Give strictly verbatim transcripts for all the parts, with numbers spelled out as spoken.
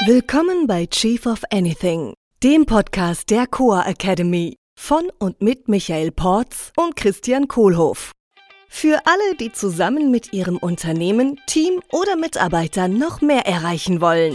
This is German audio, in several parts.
Willkommen bei Chief of Anything, dem Podcast der Coa Academy von und mit Michael Porz und Christian Kohlhoff. Für alle, die zusammen mit ihrem Unternehmen, Team oder Mitarbeitern noch mehr erreichen wollen.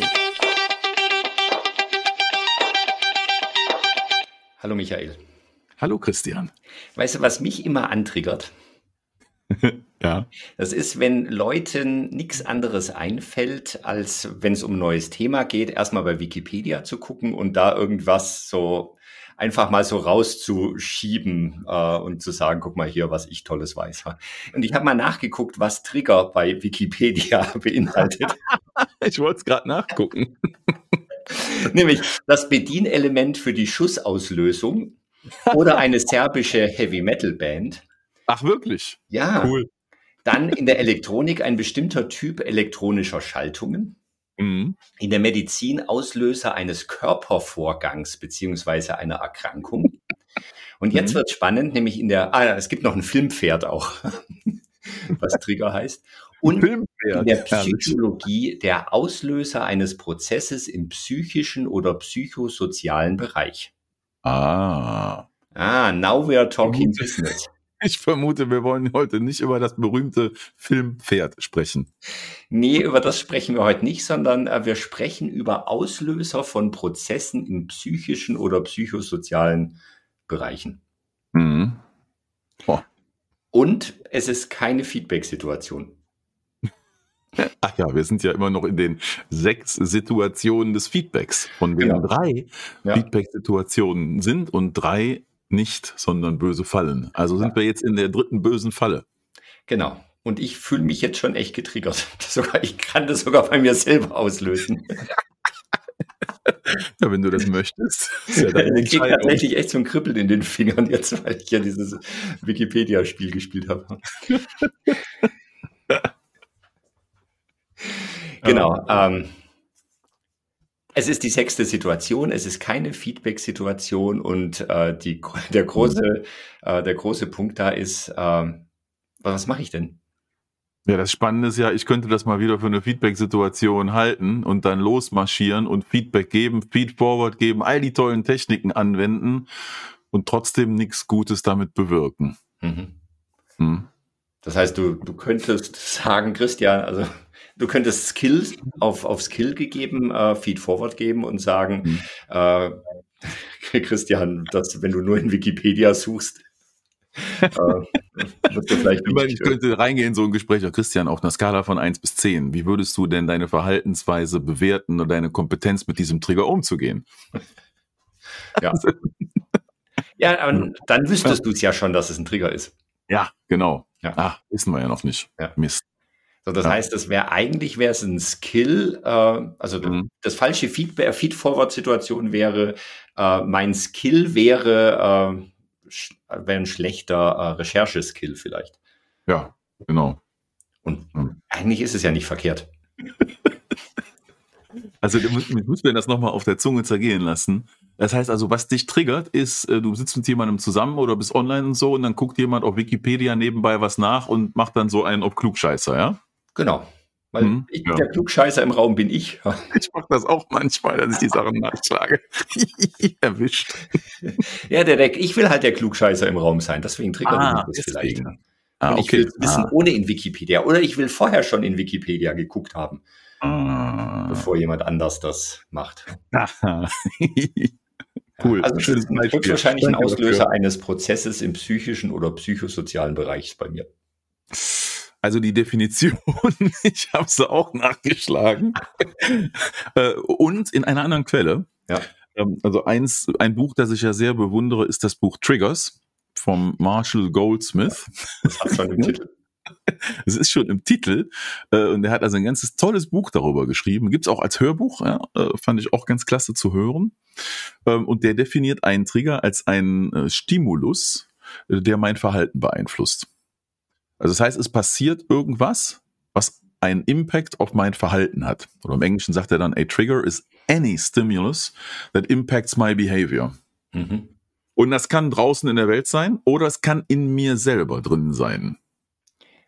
Hallo Michael. Hallo Christian. Weißt du, was mich immer antriggert? Ja. Das ist, wenn Leuten nichts anderes einfällt, als wenn es um ein neues Thema geht, erstmal bei Wikipedia zu gucken und da irgendwas so einfach mal so rauszuschieben äh, und zu sagen, guck mal hier, was ich Tolles weiß. Und ich habe mal nachgeguckt, was Trigger bei Wikipedia beinhaltet. Ich wollte es gerade nachgucken. Nämlich das Bedienelement für die Schussauslösung oder eine serbische Heavy-Metal-Band. Ach, wirklich? Ja. Cool. Dann in der Elektronik ein bestimmter Typ elektronischer Schaltungen. Mhm. In der Medizin Auslöser eines Körpervorgangs beziehungsweise einer Erkrankung. Und jetzt Mhm. wird spannend, nämlich in der, ah, es gibt noch ein Filmpferd auch, was Trigger heißt. Und Filmpferd. in der Psychologie der Auslöser eines Prozesses im psychischen oder psychosozialen Bereich. Ah. Ah, now we are talking Gut. business. Ich vermute, wir wollen heute nicht über das berühmte Filmpferd sprechen. Nee, über das sprechen wir heute nicht, sondern äh, wir sprechen über Auslöser von Prozessen in psychischen oder psychosozialen Bereichen. Mhm. Oh. Und es ist keine Feedback-Situation. Ach ja, wir sind ja immer noch in den sechs Situationen des Feedbacks, von denen Genau. drei Ja. Feedback-Situationen sind und drei nicht, sondern böse Fallen. Also sind Ja. wir jetzt in der dritten bösen Falle. Genau. Und ich fühle mich jetzt schon echt getriggert. Sogar, ich kann das sogar bei mir selber auslösen. Ja, wenn du das möchtest. Ist ja deine Ich kriege Entscheidung. tatsächlich echt so ein Kribbeln in den Fingern jetzt, weil ich ja dieses Wikipedia-Spiel gespielt habe. Genau. Ähm, es ist die sechste Situation, es ist keine Feedback-Situation und äh, die, der, große, äh, der große Punkt da ist, äh, was mache ich denn? Ja, das Spannende ist ja, ich könnte das mal wieder für eine Feedback-Situation halten und dann losmarschieren und Feedback geben, Feedforward geben, all die tollen Techniken anwenden und trotzdem nichts Gutes damit bewirken. Mhm. Hm. Das heißt, du, du könntest sagen, Christian, also du könntest Skills auf, auf Skill gegeben, äh, Feedforward geben und sagen, Hm. äh, Christian, dass wenn du nur in Wikipedia suchst, äh, wirst du vielleicht Ich meine, nicht. ich könnte reingehen in so ein Gespräch, ja, Christian, auf einer Skala von eins bis zehn, wie würdest du denn deine Verhaltensweise bewerten oder deine Kompetenz mit diesem Trigger umzugehen? Ja. Ja, aber dann wüsstest du es ja schon, dass es ein Trigger ist. Ja, genau. Ja. Ach, wissen wir ja noch nicht. Ja. Mist. So, das Ja. heißt, das wäre eigentlich wäre es ein Skill, äh, also Mhm. das falsche Feedback, Feed-Forward-Situation wäre, äh, mein Skill wäre, äh, sch- wäre ein schlechter äh, Rechercheskill vielleicht. Ja, genau. Und Mhm. eigentlich ist es ja nicht verkehrt. Also du musst, musst mir das nochmal auf der Zunge zergehen lassen. Das heißt also, was dich triggert, ist, äh, du sitzt mit jemandem zusammen oder bist online und so und dann guckt jemand auf Wikipedia nebenbei was nach und macht dann so einen auf Klugscheißer, ja? Genau. Weil Mhm, ich, ja. der Klugscheißer im Raum bin ich. Ich mache das auch manchmal, dass ich die Sachen nachschlage. Erwischt. Ja, der, der, ich will halt der Klugscheißer im Raum sein, deswegen triggert Ah, mich das vielleicht. deswegen. Ah, Und ich okay. will es wissen, Ah. ohne in Wikipedia. Oder ich will vorher schon in Wikipedia geguckt haben, Ah. bevor jemand anders das macht. Aha. Cool. Also es Schönes ist ein- Beispiel. höchstwahrscheinlich ein Danke Auslöser dafür. eines Prozesses im psychischen oder psychosozialen Bereich bei mir. Also die Definition, ich habe sie auch nachgeschlagen. Äh, Und in einer anderen Quelle. Ja. Ähm, Also eins, ein Buch, das ich ja sehr bewundere, ist das Buch Triggers vom Marshall Goldsmith. Das hat schon im Titel. Es ist schon im Titel äh, und er hat also ein ganzes tolles Buch darüber geschrieben. Gibt's auch als Hörbuch, ja, äh, fand ich auch ganz klasse zu hören. Ähm, und der definiert einen Trigger als einen äh, Stimulus, äh, der mein Verhalten beeinflusst. Also das heißt, es passiert irgendwas, was einen Impact auf mein Verhalten hat. Oder im Englischen sagt er dann, a trigger is any stimulus that impacts my behavior. Mhm. Und das kann draußen in der Welt sein oder es kann in mir selber drin sein.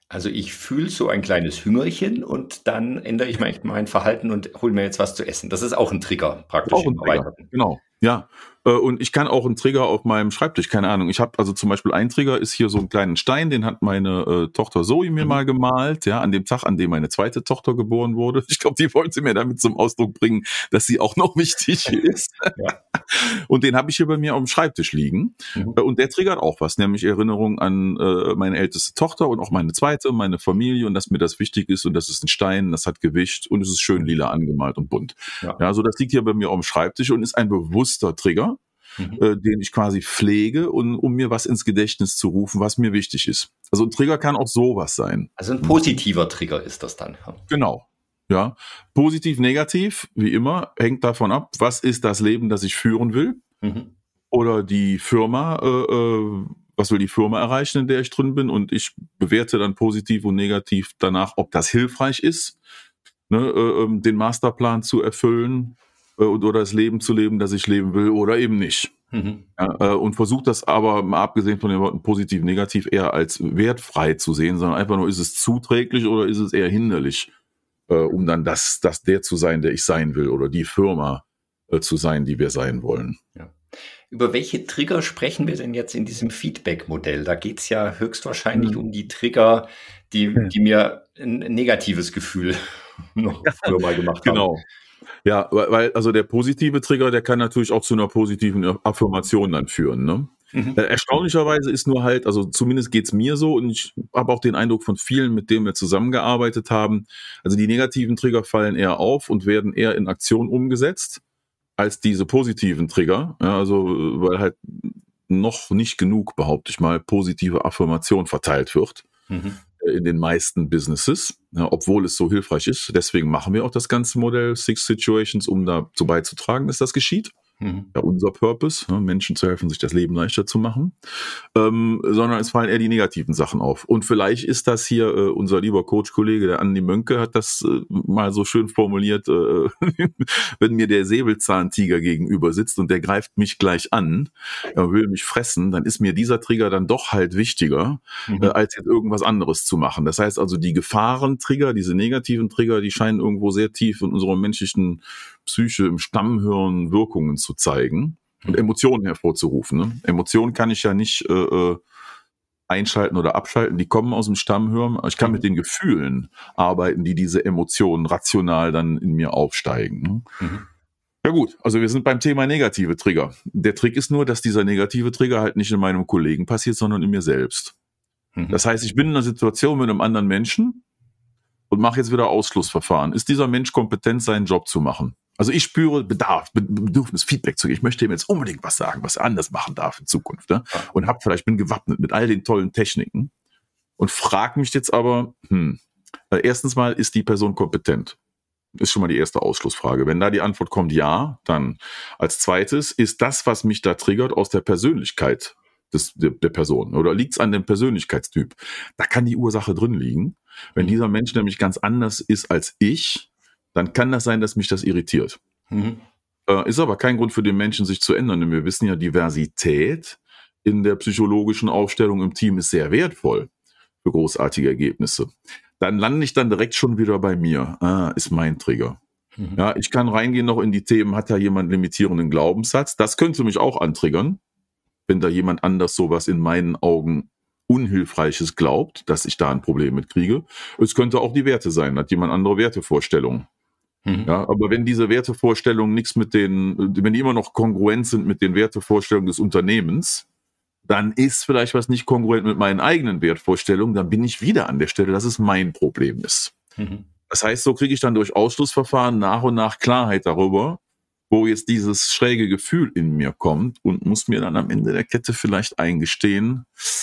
Also ich fühle so ein kleines Hüngerchen und dann ändere ich mein, mein Verhalten und hole mir jetzt was zu essen. Das ist auch ein Trigger praktisch Auch im ein Trigger, Erweiterten. genau. Ja, äh, und ich kann auch einen Trigger auf meinem Schreibtisch, keine Ahnung. Ich habe also zum Beispiel ein Trigger ist hier so einen kleinen Stein, den hat meine äh, Tochter Zoe mir Mhm. mal gemalt, ja, an dem Tag, an dem meine zweite Tochter geboren wurde. Ich glaube, die wollte mir damit zum Ausdruck bringen, dass sie auch noch wichtig ist. Ja. Und den habe ich hier bei mir auf dem Schreibtisch liegen. Mhm. Äh, Und der triggert auch was, nämlich Erinnerung an äh, meine älteste Tochter und auch meine zweite, meine Familie und dass mir das wichtig ist und das ist ein Stein, das hat Gewicht und es ist schön lila angemalt und bunt. Ja. Ja, also das liegt hier bei mir auf dem Schreibtisch und ist ein bewusster Trigger, Mhm. äh, den ich quasi pflege, und, um mir was ins Gedächtnis zu rufen, was mir wichtig ist. Also ein Trigger kann auch sowas sein. Also ein positiver Trigger ist das dann. Genau. Ja. Positiv, negativ, wie immer, hängt davon ab, was ist das Leben, das ich führen will. Mhm. Oder die Firma, äh, äh, was will die Firma erreichen, in der ich drin bin, und ich bewerte dann positiv und negativ danach, ob das hilfreich ist, ne, äh, den Masterplan zu erfüllen äh, oder das Leben zu leben, das ich leben will, oder eben nicht. Mhm. Ja, äh, und versuche das aber, mal abgesehen von den Worten positiv, negativ, eher als wertfrei zu sehen, sondern einfach nur, ist es zuträglich oder ist es eher hinderlich, äh, um dann das, das der zu sein, der ich sein will, oder die Firma äh, zu sein, die wir sein wollen. Ja. Über welche Trigger sprechen wir denn jetzt in diesem Feedback-Modell? Da geht es ja höchstwahrscheinlich Mhm. um die Trigger, die, die mir ein negatives Gefühl noch früher mal gemacht haben. Genau. Ja, weil, weil also der positive Trigger, der kann natürlich auch zu einer positiven Affirmation dann führen. Ne? Mhm. Äh, erstaunlicherweise ist nur halt, also zumindest geht's mir so, und ich habe auch den Eindruck von vielen, mit denen wir zusammengearbeitet haben, also die negativen Trigger fallen eher auf und werden eher in Aktion umgesetzt als diese positiven Trigger. Ja, also weil halt noch nicht genug, behaupte ich mal, positive Affirmation verteilt wird. Mhm. In den meisten Businesses, ja, obwohl es so hilfreich ist. Deswegen machen wir auch das ganze Modell Six Situations, um dazu beizutragen, dass das geschieht. Mhm. Ja, unser Purpose, ja, Menschen zu helfen, sich das Leben leichter zu machen. Ähm, sondern es fallen eher die negativen Sachen auf. Und vielleicht ist das hier, äh, unser lieber Coach-Kollege, der Andi Mönke, hat das äh, mal so schön formuliert, äh, wenn mir der Säbelzahntiger gegenüber sitzt und der greift mich gleich an, er will mich fressen, dann ist mir dieser Trigger dann doch halt wichtiger, Mhm. äh, als jetzt irgendwas anderes zu machen. Das heißt also, die Gefahrentrigger, diese negativen Trigger, die scheinen irgendwo sehr tief in unserer menschlichen Psyche, im Stammhirn Wirkungen zu zeigen und Emotionen hervorzurufen. Ne? Emotionen kann ich ja nicht äh, äh, einschalten oder abschalten, die kommen aus dem Stammhirn. Ich kann mit den Gefühlen arbeiten, die diese Emotionen rational dann in mir aufsteigen. Ne? Mhm. Ja gut, also wir sind beim Thema negative Trigger. Der Trick ist nur, dass dieser negative Trigger halt nicht in meinem Kollegen passiert, sondern in mir selbst. Mhm. Das heißt, ich bin in einer Situation mit einem anderen Menschen und mache jetzt wieder Ausschlussverfahren. Ist dieser Mensch kompetent, seinen Job zu machen? Also ich spüre Bedarf, Bedürfnis, Feedback zu geben. Ich möchte ihm jetzt unbedingt was sagen, was er anders machen darf in Zukunft. Ne? Und hab vielleicht, bin gewappnet mit all den tollen Techniken und frage mich jetzt aber, hm, erstens mal, ist die Person kompetent? Ist schon mal die erste Ausschlussfrage. Wenn da die Antwort kommt, ja, dann als zweites, ist das, was mich da triggert, aus der Persönlichkeit des, der, der Person? Oder liegt es an dem Persönlichkeitstyp? Da kann die Ursache drin liegen. Wenn dieser Mensch nämlich ganz anders ist als ich, dann kann das sein, dass mich das irritiert. Mhm. Äh, ist aber kein Grund für den Menschen, sich zu ändern. Denn wir wissen ja, Diversität in der psychologischen Aufstellung im Team ist sehr wertvoll für großartige Ergebnisse. Dann lande ich dann direkt schon wieder bei mir. Ah, ist mein Trigger. Mhm. Ja, ich kann reingehen noch in die Themen, hat da jemand einen limitierenden Glaubenssatz? Das könnte mich auch antriggern, wenn da jemand anders sowas in meinen Augen Unhilfreiches glaubt, dass ich da ein Problem mit kriege. Es könnte auch die Werte sein, hat jemand andere Wertevorstellungen. Mhm. Ja, aber wenn diese Wertevorstellungen nichts mit den, wenn die immer noch kongruent sind mit den Wertevorstellungen des Unternehmens, dann ist vielleicht was nicht kongruent mit meinen eigenen Wertvorstellungen, dann bin ich wieder an der Stelle, dass es mein Problem ist. Mhm. Das heißt, so kriege ich dann durch Ausschlussverfahren nach und nach Klarheit darüber, wo jetzt dieses schräge Gefühl in mir kommt, und muss mir dann am Ende der Kette vielleicht eingestehen,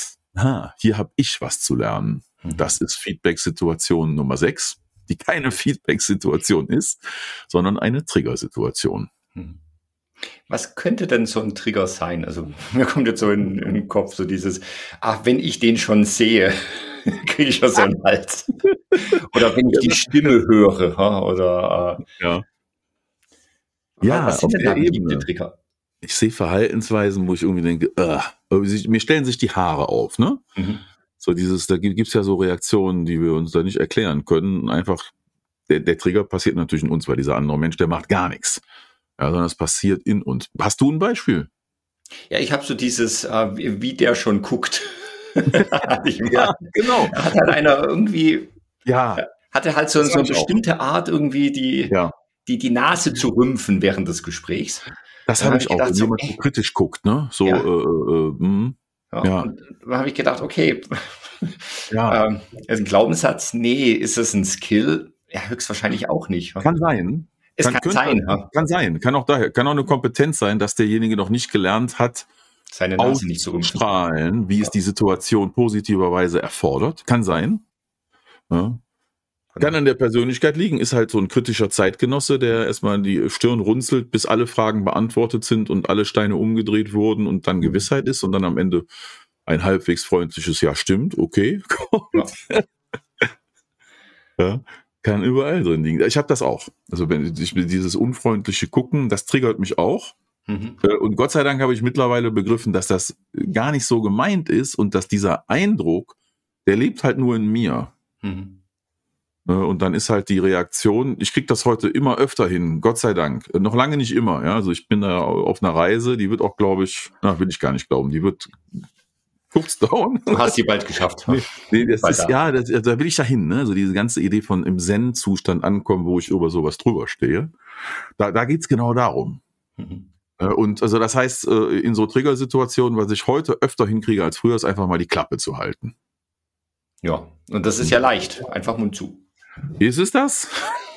ah, hier habe ich was zu lernen. Mhm. Das ist Feedback-Situation Nummer sechs, die keine Feedback-Situation ist, sondern eine Trigger-Situation. Mhm. Was könnte denn so ein Trigger sein? Also mir kommt jetzt so in, in den Kopf so dieses, ach, wenn ich den schon sehe, kriege ich ja so einen Hals. Oder wenn ich die Stimme höre, ha, oder äh, Ja. was, Ja, was sind auf denn der da beliebte Ebene. Trigger? Ich sehe Verhaltensweisen, wo ich irgendwie denke, uh, mir stellen sich die Haare auf, ne? Mhm. So dieses, da gibt es ja so Reaktionen, die wir uns da nicht erklären können. Einfach, der, der Trigger passiert natürlich in uns, weil dieser andere Mensch, der macht gar nichts. Ja, sondern es passiert in uns. Hast du ein Beispiel? Ja, ich habe so dieses, äh, wie, wie der schon guckt. ich Ja, genau. Hat halt einer irgendwie, Ja, hatte halt so, Das so eine hab ich auch. bestimmte Art, irgendwie die, ja. die, die Nase zu rümpfen während des Gesprächs. Das Dann habe hab ich ich auch, gedacht, wenn so, jemand so ey. kritisch guckt, ne? So, Ja. äh, äh, mh. Ja, Ja. Und dann habe ich gedacht, okay, Ja. ähm, ist ein Glaubenssatz? Nee. Ist es ein Skill? Ja, höchstwahrscheinlich auch nicht. Ja. Kann sein. Es kann, könnte, sein, ja. Kann sein. Kann auch daher, kann auch eine Kompetenz sein, dass derjenige noch nicht gelernt hat, Seine Nase nicht zu rümpfen. auszustrahlen, wie es die Situation positiverweise erfordert. Kann sein. Ja. Kann an der Persönlichkeit liegen, ist halt so ein kritischer Zeitgenosse, der erstmal die Stirn runzelt, bis alle Fragen beantwortet sind und alle Steine umgedreht wurden und dann Gewissheit ist und dann am Ende ein halbwegs freundliches Ja stimmt, okay. Ja. Ja, kann überall drin liegen. Ich habe das auch. Also wenn ich dieses unfreundliche Gucken, das triggert mich auch. Mhm. Und Gott sei Dank habe ich mittlerweile begriffen, dass das gar nicht so gemeint ist und dass dieser Eindruck, der lebt halt nur in mir. Mhm. Und dann ist halt die Reaktion, ich kriege das heute immer öfter hin, Gott sei Dank. Noch lange nicht immer, ja. Also ich bin da auf einer Reise, die wird auch, glaube ich, na, will ich gar nicht glauben, die wird kurz dauern. Du hast sie bald geschafft. Nee, nee, das ist, Weiter. ja, das, da will ich dahin, ne? Also diese ganze Idee von im Zen-Zustand ankommen, wo ich über sowas drüber stehe. Da, da geht's genau darum. Mhm. Und also das heißt, in so Triggersituationen, was ich heute öfter hinkriege als früher, ist einfach mal die Klappe zu halten. Ja, und das ist ja leicht. Einfach Mund zu. Ist es das?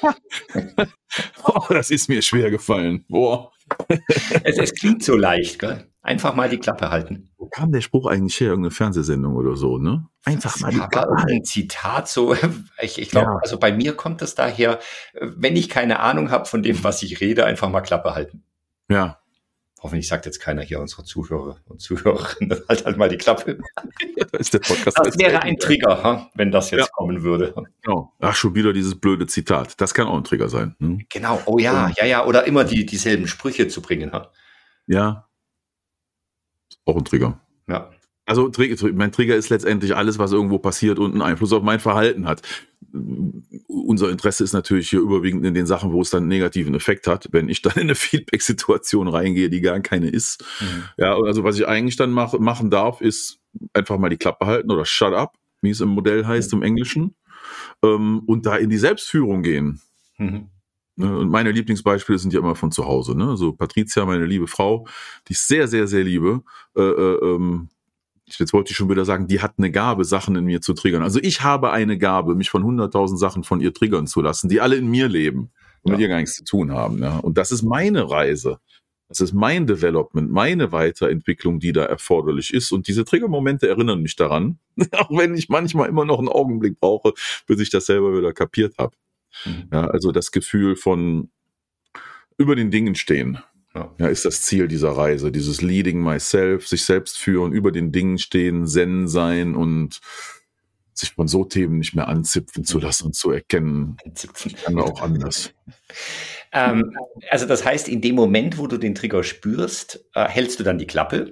Oh, das ist mir schwer gefallen. Boah. Es, es klingt so leicht, gell? Einfach mal die Klappe halten. Wo kam der Spruch eigentlich her? Irgendeine Fernsehsendung oder so, ne? Einfach mal die Aber Klappe halten. ein Zitat so, ich, ich glaube, Ja. also bei mir kommt es daher, wenn ich keine Ahnung habe von dem, was ich rede, einfach mal Klappe halten. Ja. Hoffentlich sagt jetzt keiner hier unserer Zuhörer und Zuhörerinnen, halt halt mal die Klappe. Da ist der Podcast Das wäre ein Trigger, ha, wenn das jetzt Ja. kommen würde. Genau. Ach, schon wieder dieses blöde Zitat. Das kann auch ein Trigger sein. Hm? Genau, oh ja, ja, ja, oder immer die dieselben Sprüche zu bringen. Ha? Ja. Auch ein Trigger. Ja. Also mein Trigger ist letztendlich alles, was irgendwo passiert und einen Einfluss auf mein Verhalten hat. Unser Interesse ist natürlich hier überwiegend in den Sachen, wo es dann einen negativen Effekt hat, wenn ich dann in eine Feedback-Situation reingehe, die gar keine ist. Mhm. Ja, also was ich eigentlich dann mach, machen darf, ist einfach mal die Klappe halten oder shut up, wie es im Modell heißt im Englischen, ähm, und da in die Selbstführung gehen. Mhm. Und meine Lieblingsbeispiele sind ja immer von zu Hause. Ne? So Patricia, meine liebe Frau, die ich sehr, sehr, sehr liebe, äh, äh, ähm, jetzt wollte ich schon wieder sagen, die hat eine Gabe, Sachen in mir zu triggern. Also ich habe eine Gabe, mich von hunderttausend Sachen von ihr triggern zu lassen, die alle in mir leben und Ja. mit ihr gar nichts zu tun haben. Ja? Und das ist meine Reise. Das ist mein Development, meine Weiterentwicklung, die da erforderlich ist. Und diese Triggermomente erinnern mich daran, auch wenn ich manchmal immer noch einen Augenblick brauche, bis ich das selber wieder kapiert habe. Mhm. Ja, also das Gefühl von über den Dingen stehen. Ja. Ja, ist das Ziel dieser Reise, dieses Leading Myself, sich selbst führen, über den Dingen stehen, Zen sein und sich von so Themen nicht mehr anzipfen zu lassen und zu erkennen, ich kann auch anders. Ähm, also das heißt, in dem Moment, wo du den Trigger spürst, äh, hältst du dann die Klappe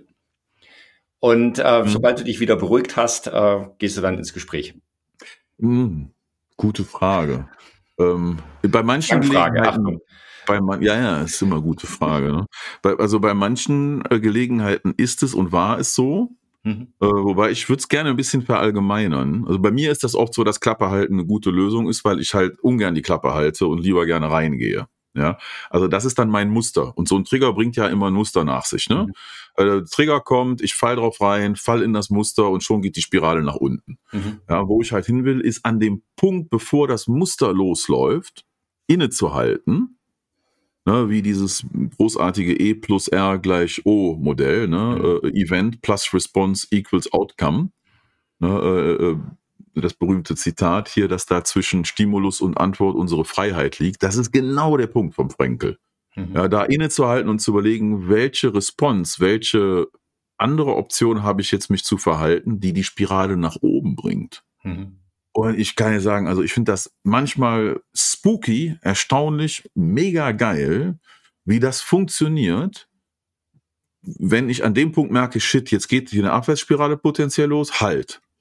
und äh, Mhm. sobald du dich wieder beruhigt hast, äh, gehst du dann ins Gespräch. Hm, gute Frage. Ähm, bei manchen Frage, Gelegenheiten, Achtung. bei man, ja, ja, ist immer eine gute Frage. Ne? Bei, also bei manchen äh, Gelegenheiten ist es und war es so, Mhm. äh, wobei ich würde es gerne ein bisschen verallgemeinern. Also bei mir ist das oft so, dass Klappe halten eine gute Lösung ist, weil ich halt ungern die Klappe halte und lieber gerne reingehe. Ja, also das ist dann mein Muster. Und so ein Trigger bringt ja immer ein Muster nach sich. Ne? Mhm. Äh, Trigger kommt, ich fall drauf rein, fall in das Muster und schon geht die Spirale nach unten. Mhm. Ja, wo ich halt hin will, ist an dem Punkt, bevor das Muster losläuft, innezuhalten, ne, wie dieses großartige E plus R gleich O Modell, ne, Mhm. äh, Event plus Response equals Outcome, ne, äh, äh, das berühmte Zitat hier, dass da zwischen Stimulus und Antwort unsere Freiheit liegt, das ist genau der Punkt vom Frankl. Mhm. Ja, da innezuhalten und zu überlegen, welche Response, welche andere Option habe ich jetzt, mich zu verhalten, die die Spirale nach oben bringt. Mhm. Und ich kann ja sagen, also ich finde das manchmal spooky, erstaunlich, mega geil, wie das funktioniert, wenn ich an dem Punkt merke, shit, jetzt geht hier eine Abwärtsspirale potenziell los, halt.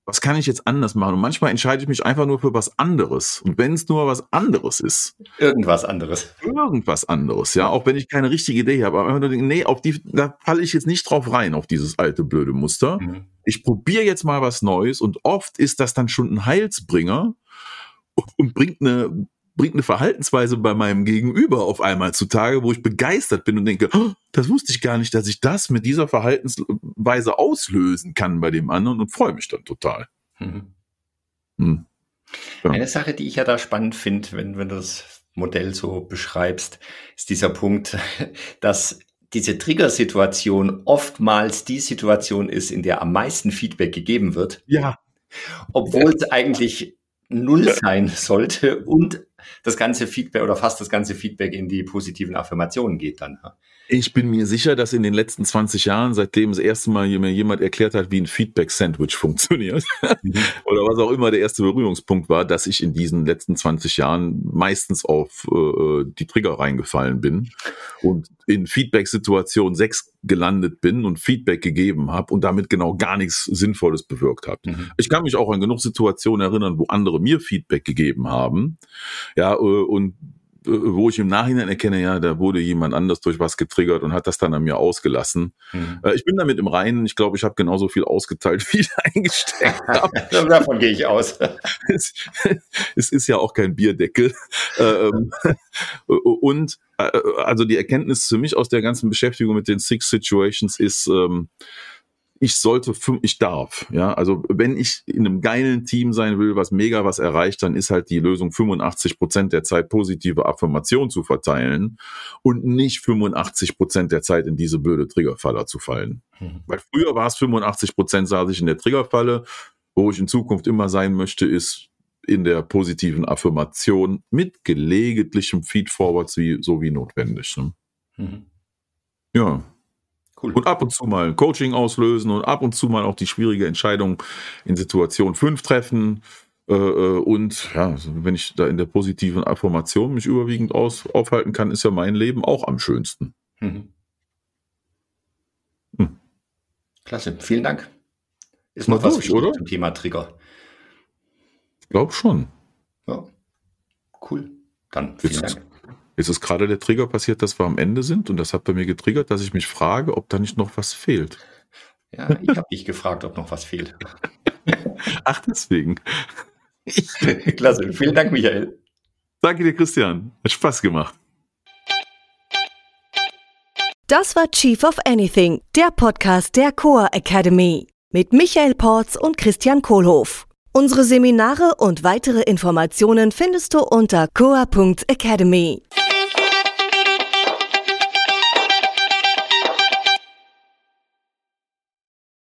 was kann ich jetzt anders machen? Und manchmal entscheide ich mich einfach nur für was anderes. Und wenn es nur was anderes ist. Irgendwas anderes. Irgendwas anderes, ja. Auch wenn ich keine richtige Idee habe. Aber einfach nur denke, nee, auf die, da falle ich jetzt nicht drauf rein, auf dieses alte, blöde Muster. Mhm. Ich probiere jetzt mal was Neues. Und oft ist das dann schon ein Heilsbringer und, und bringt eine, bringt eine Verhaltensweise bei meinem Gegenüber auf einmal zutage, wo ich begeistert bin und denke, oh, das wusste ich gar nicht, dass ich das mit dieser Verhaltensweise auslösen kann bei dem anderen und freue mich dann total. Mhm. Hm. Ja. Eine Sache, die ich ja da spannend finde, wenn, wenn du das Modell so beschreibst, ist dieser Punkt, dass diese Triggersituation oftmals die Situation ist, in der am meisten Feedback gegeben wird. Ja. Obwohl es eigentlich null sein sollte und das ganze Feedback oder fast das ganze Feedback in die positiven Affirmationen geht dann. Ich bin mir sicher, dass in den letzten zwanzig Jahren, seitdem das erste Mal mir jemand erklärt hat, wie ein Feedback-Sandwich funktioniert, mhm. oder was auch immer der erste Berührungspunkt war, dass ich in diesen letzten zwanzig Jahren meistens auf äh, die Trigger reingefallen bin und in Feedback-Situation sechs gelandet bin und Feedback gegeben habe und damit genau gar nichts Sinnvolles bewirkt habe. Mhm. Ich kann mich auch an genug Situationen erinnern, wo andere mir Feedback gegeben haben, ja, und wo ich im Nachhinein erkenne, ja, da wurde jemand anders durch was getriggert und hat das dann an mir ausgelassen. Mhm. Ich bin damit im Reinen. Ich glaube, ich habe genauso viel ausgeteilt, wie ich eingesteckt habe. Davon gehe ich aus. Es, es ist ja auch kein Bierdeckel. Und also die Erkenntnis für mich aus der ganzen Beschäftigung mit den Six Situations ist, ich sollte, ich darf, ja, also wenn ich in einem geilen Team sein will, was mega was erreicht, dann ist halt die Lösung fünfundachtzig Prozent der Zeit positive Affirmation zu verteilen und nicht fünfundachtzig Prozent der Zeit in diese blöde Triggerfalle zu fallen. Mhm. Weil früher war es fünfundachtzig Prozent saß ich in der Triggerfalle, wo ich in Zukunft immer sein möchte, ist in der positiven Affirmation mit gelegentlichem Feedforwards wie, so wie notwendig. Ne? Mhm. Ja. Cool. Und ab und zu mal ein Coaching auslösen und ab und zu mal auch die schwierige Entscheidung in Situation fünf treffen. Äh, und ja, wenn ich da in der positiven Affirmation mich überwiegend aus, aufhalten kann, ist ja mein Leben auch am schönsten. Mhm. Hm. Klasse, vielen Dank. Ist noch was durch, oder? Zum Thema Trigger. Ich glaube schon. Ja, cool. Dann vielen Jetzt Dank. Jetzt ist gerade der Trigger passiert, dass wir am Ende sind und das hat bei mir getriggert, dass ich mich frage, ob da nicht noch was fehlt. Ja, ich habe dich gefragt, ob noch was fehlt. Ach, deswegen. Klasse, vielen Dank, Michael. Danke dir, Christian. Hat Spaß gemacht. Das war Chief of Anything, der Podcast der Coa Academy mit Michael Porz und Christian Kohlhoff. Unsere Seminare und weitere Informationen findest du unter coa punkt academy.